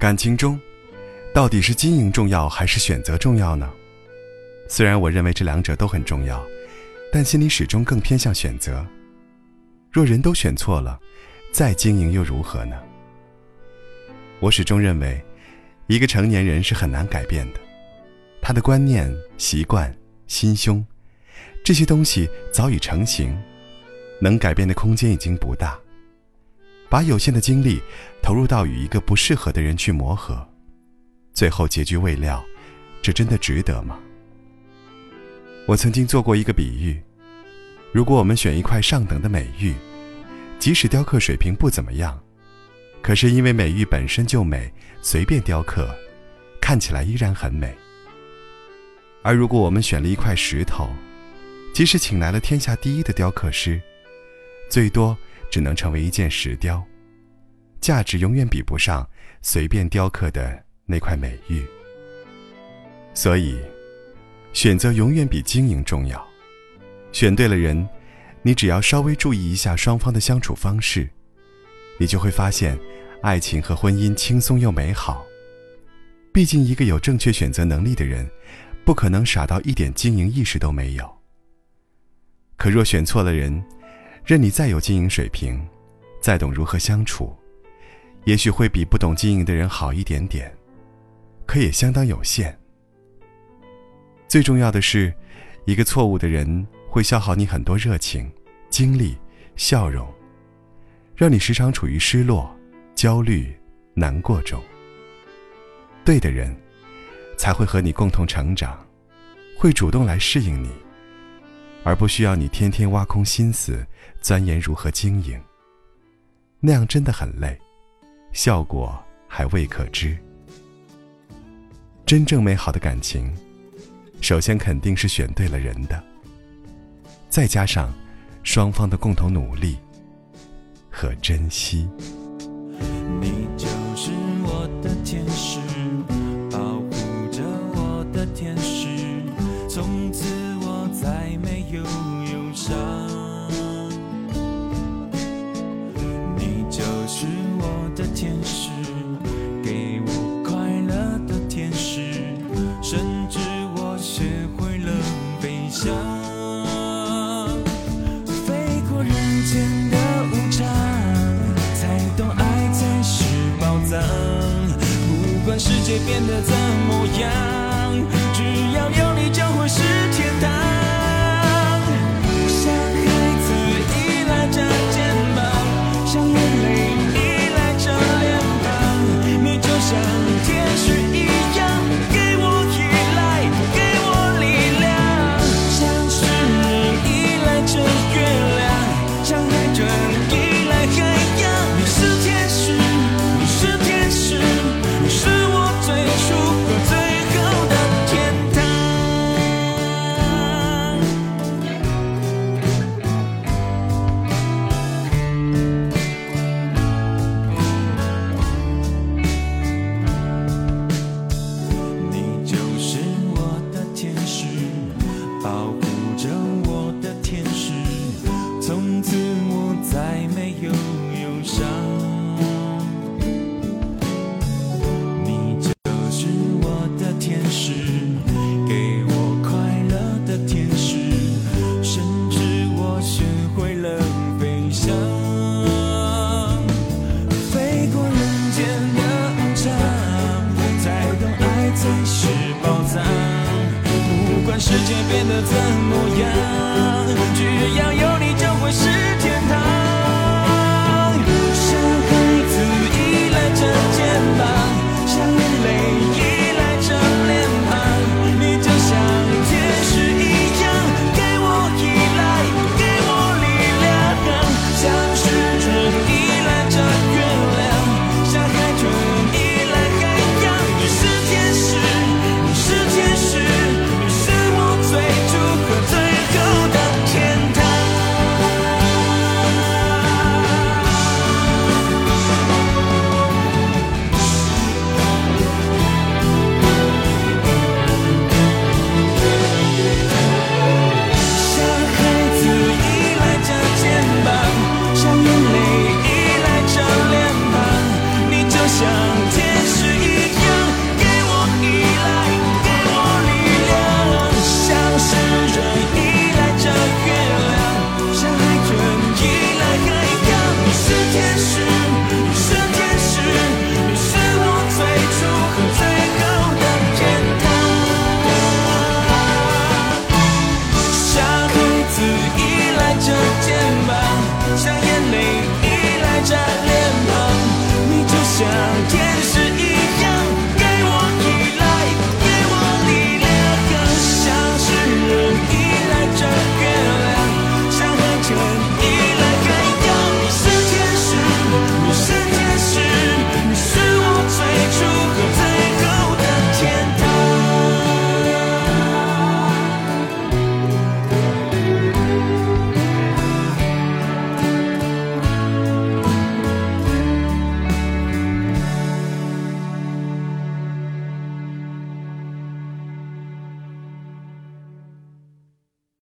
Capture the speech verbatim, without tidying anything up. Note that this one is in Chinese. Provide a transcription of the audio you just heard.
感情中，到底是经营重要还是选择重要呢？虽然我认为这两者都很重要，但心里始终更偏向选择。若人都选错了，再经营又如何呢？我始终认为，一个成年人是很难改变的，他的观念、习惯、心胸，这些东西早已成型，能改变的空间已经不大。把有限的精力投入到与一个不适合的人去磨合，最后结局未料，这真的值得吗？我曾经做过一个比喻，如果我们选一块上等的美玉，即使雕刻水平不怎么样，可是因为美玉本身就美，随便雕刻，看起来依然很美。而如果我们选了一块石头，即使请来了天下第一的雕刻师，最多只能成为一件石雕，价值永远比不上随便雕刻的那块美玉。所以选择永远比经营重要。选对了人，你只要稍微注意一下双方的相处方式，你就会发现爱情和婚姻轻松又美好。毕竟一个有正确选择能力的人，不可能傻到一点经营意识都没有。可若选错了人，任你再有经营水平，再懂如何相处，也许会比不懂经营的人好一点点，可也相当有限。最重要的是，一个错误的人会消耗你很多热情、精力、笑容，让你时常处于失落、焦虑、难过中。对的人才会和你共同成长，会主动来适应你，而不需要你天天挖空心思钻研如何经营，那样真的很累，效果还未可知。真正美好的感情，首先肯定是选对了人的，再加上双方的共同努力和珍惜。 你就是我的天使，保护着我的天使，从此我再没有忧伤。你就是我的天使，给我快乐的天使，甚至我学会了飞翔，飞过人间的无常，才懂爱才是宝藏。不管世界变得怎么样，只要有你就会是天堂。像孩子依赖着肩膀，像眼泪依赖着脸庞，你就像天使一样，给我依赖，给我力量。像是你依赖着月亮，像海豚依赖海洋。你是天使，你是天使，你是我最初和最后的天堂。你就是我的天使，保护着我的天使，从此我再没有忧伤。你就是我的天使，给我快乐的天使，甚至我学会了飞翔，飞过人间的无常，才懂爱才是宝藏。不管世界变得怎么样，只要有你就会是